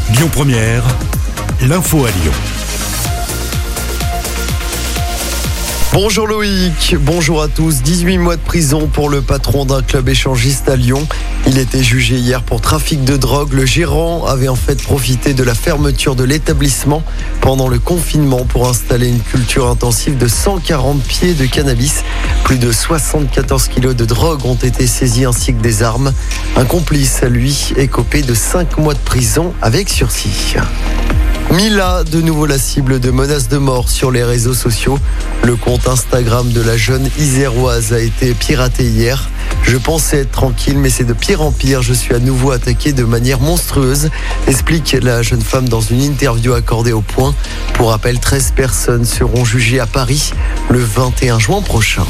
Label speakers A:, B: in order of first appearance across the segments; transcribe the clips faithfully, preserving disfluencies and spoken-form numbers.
A: Lyon Première, l'info à Lyon.
B: Bonjour Loïc, bonjour à tous. dix-huit mois de prison pour le patron d'un club échangiste à Lyon. Il était jugé hier pour trafic de drogue. Le gérant avait en fait profité de la fermeture de l'établissement pendant le confinement pour installer une culture intensive de cent quarante pieds de cannabis. Plus de soixante-quatorze kilos de drogue ont été saisis ainsi que des armes. Un complice, lui, écopé de cinq mois de prison avec sursis. Mila, de nouveau la cible de menaces de mort sur les réseaux sociaux. Le compte Instagram de la jeune Iséroise a été piraté hier. Je pensais être tranquille, mais c'est de pire en pire. Je suis à nouveau attaquée de manière monstrueuse, explique la jeune femme dans une interview accordée au Point. Pour rappel, treize personnes seront jugées à Paris le vingt et un juin prochain.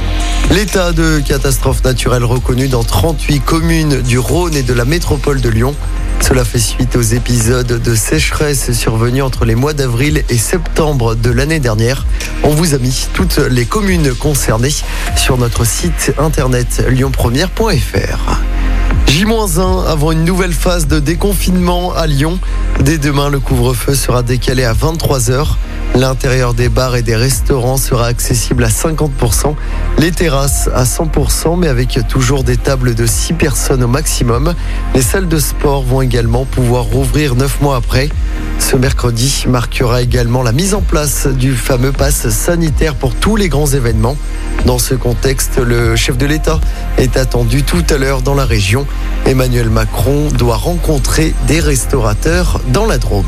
B: L'état de catastrophe naturelle reconnu dans trente-huit communes du Rhône et de la métropole de Lyon. Cela fait suite aux épisodes de sécheresse survenus entre les mois d'avril et septembre de l'année dernière. On vous a mis toutes les communes concernées sur notre site internet lyon première point f r. J un avant une nouvelle phase de déconfinement à Lyon. Dès demain, le couvre-feu sera décalé à vingt-trois heures. L'intérieur des bars et des restaurants sera accessible à cinquante pour cent, les terrasses à cent pour cent, mais avec toujours des tables de six personnes au maximum. Les salles de sport vont également pouvoir rouvrir neuf mois après. Ce mercredi marquera également la mise en place du fameux pass sanitaire pour tous les grands événements. Dans ce contexte, le chef de l'État est attendu tout à l'heure dans la région. Emmanuel Macron doit rencontrer des restaurateurs dans la Drôme.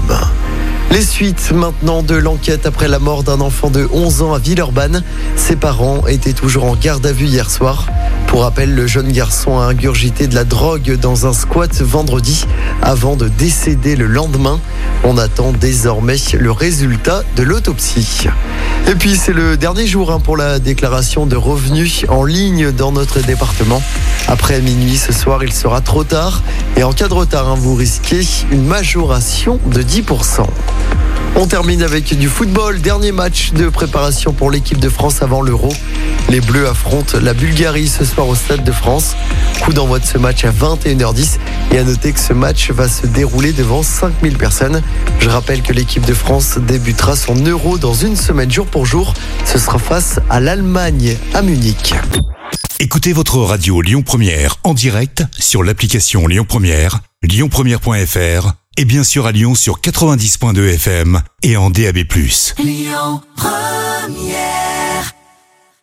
B: Les suites maintenant de l'enquête après la mort d'un enfant de onze ans à Villeurbanne. Ses parents étaient toujours en garde à vue hier soir. Pour rappel, le jeune garçon a ingurgité de la drogue dans un squat vendredi avant de décéder le lendemain. On attend désormais le résultat de l'autopsie. Et puis c'est le dernier jour hein, pour la déclaration de revenus en ligne dans notre département. Après minuit ce soir, il sera trop tard. Et en cas de retard, hein, vous risquez une majoration de dix pour cent. On termine avec du football. Dernier match de préparation pour l'équipe de France avant l'Euro. Les Bleus affrontent la Bulgarie ce soir au Stade de France. Coup d'envoi de ce match à vingt et une heures dix. Et à noter que ce match va se dérouler devant cinq mille personnes. Je rappelle que l'équipe de France débutera son Euro dans une semaine jour pour jour. Ce sera face à l'Allemagne à Munich.
A: Écoutez votre radio Lyon Première en direct sur l'application Lyon Première, lyon première point f r et bien sûr à Lyon sur quatre-vingt-dix point deux F M et en D A B plus.
C: Lyon Première.